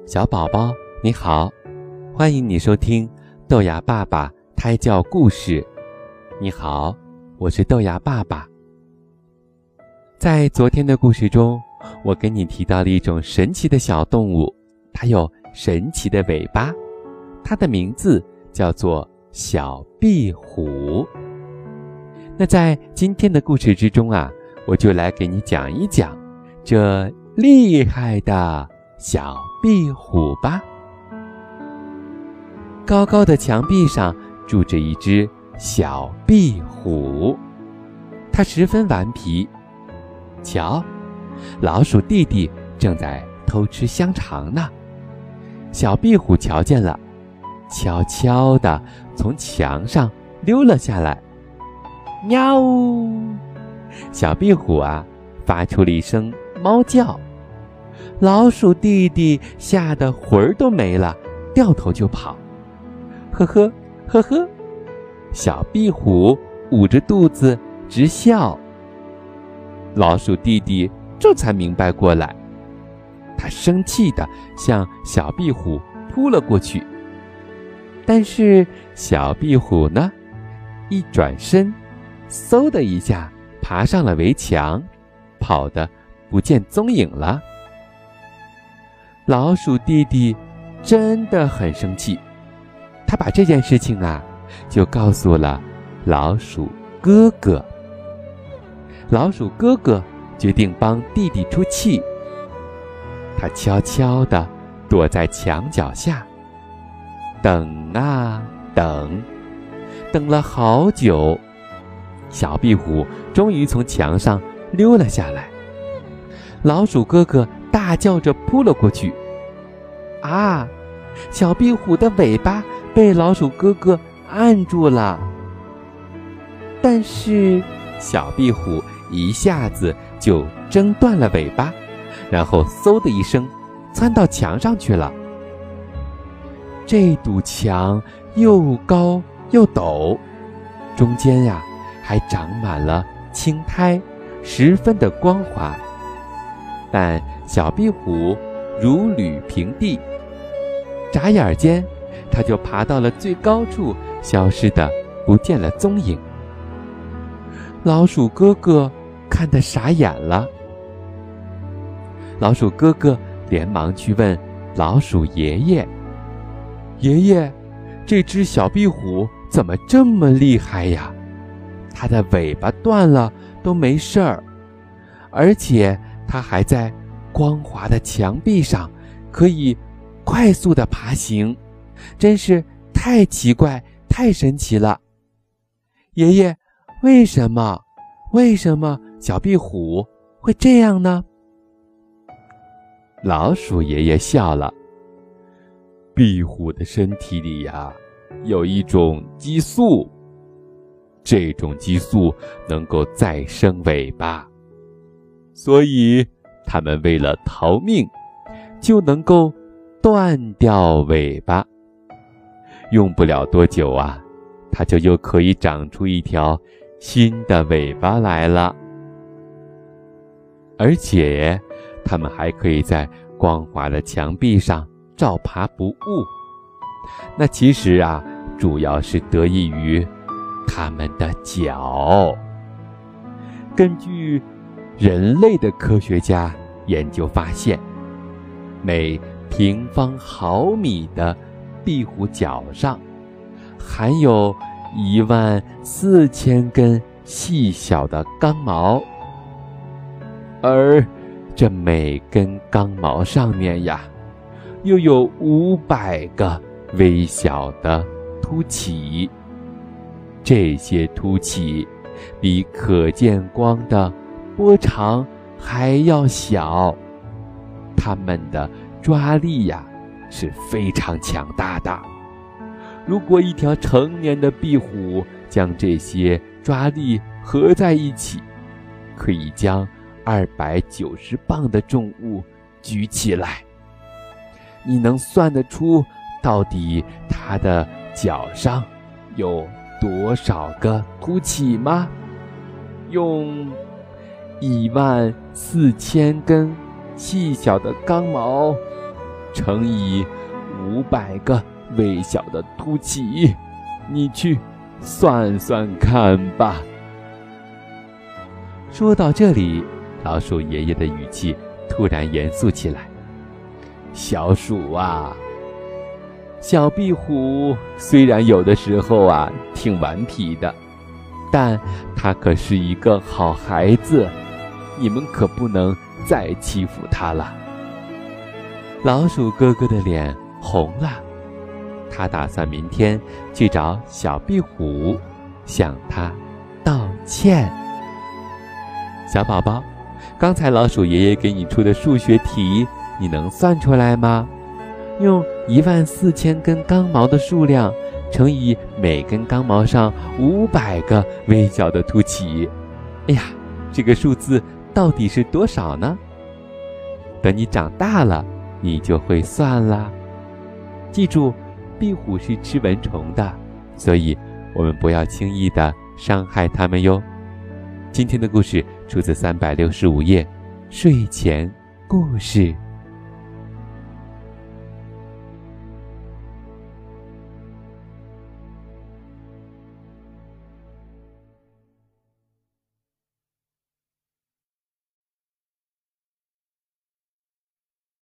小宝宝你好，欢迎你收听豆芽爸爸胎教故事。你好，我是豆芽爸爸。在昨天的故事中，我跟你提到了一种神奇的小动物，它有神奇的尾巴，它的名字叫做小壁虎。那在今天的故事之中啊，我就来给你讲一讲这厉害的小壁虎吧。高高的墙壁上住着一只小壁虎，它十分顽皮。瞧，老鼠弟弟正在偷吃香肠呢。小壁虎瞧见了，悄悄地从墙上溜了下来。喵！小壁虎啊，发出了一声猫叫。老鼠弟弟吓得魂儿都没了，掉头就跑。呵呵呵呵，小壁虎捂着肚子直笑。老鼠弟弟这才明白过来，他生气地向小壁虎扑了过去。但是小壁虎呢，一转身，嗖的一下爬上了围墙，跑得不见踪影了。老鼠弟弟真的很生气，他把这件事情啊，就告诉了老鼠哥哥。老鼠哥哥决定帮弟弟出气，他悄悄地躲在墙角下，等啊等，等了好久，小壁虎终于从墙上溜了下来。老鼠哥哥大叫着扑了过去。啊！小壁虎的尾巴被老鼠哥哥按住了。但是小壁虎一下子就挣断了尾巴，然后嗖的一声窜到墙上去了。这堵墙又高又陡，中间呀还长满了青苔，十分的光滑。但小壁虎如履平地，眨眼间它就爬到了最高处，消失得不见了踪影。老鼠哥哥看得傻眼了。老鼠哥哥连忙去问老鼠爷爷：爷爷，这只小壁虎怎么这么厉害呀？它的尾巴断了都没事儿，而且它还在光滑的墙壁上可以快速地爬行，真是太奇怪太神奇了。爷爷，为什么小壁虎会这样呢？老鼠爷爷笑了。壁虎的身体里呀，有一种激素，这种激素能够再生尾巴，所以它们为了逃命，就能够断掉尾巴。用不了多久啊，它就又可以长出一条新的尾巴来了。而且它们还可以在光滑的墙壁上照爬不误。那其实啊，主要是得益于它们的脚。根据人类的科学家研究发现，每平方毫米的壁虎脚上含有14000根细小的刚毛，而这每根刚毛上面呀，又有500个微小的凸起。这些凸起比可见光的波长还要小，它们的抓力呀是非常强大的。如果一条成年的壁虎将这些抓力合在一起，可以将290磅的重物举起来。你能算得出到底它的脚上有多少个凸起吗？用14000根细小的钢毛乘以500个微小的凸起，你去算算看吧。说到这里，老鼠爷爷的语气突然严肃起来。小鼠啊，小壁虎虽然有的时候啊挺顽皮的，但它可是一个好孩子，你们可不能再欺负它了。老鼠哥哥的脸红了，他打算明天去找小壁虎，向他道歉。小宝宝，刚才老鼠爷爷给你出的数学题，你能算出来吗？用14000根钢毛的数量乘以每根钢毛上500个微小的凸起，哎呀，这个数字到底是多少呢？等你长大了，你就会算啦。记住，壁虎是吃蚊虫的，所以我们不要轻易的伤害它们哟。今天的故事出自365页睡前故事。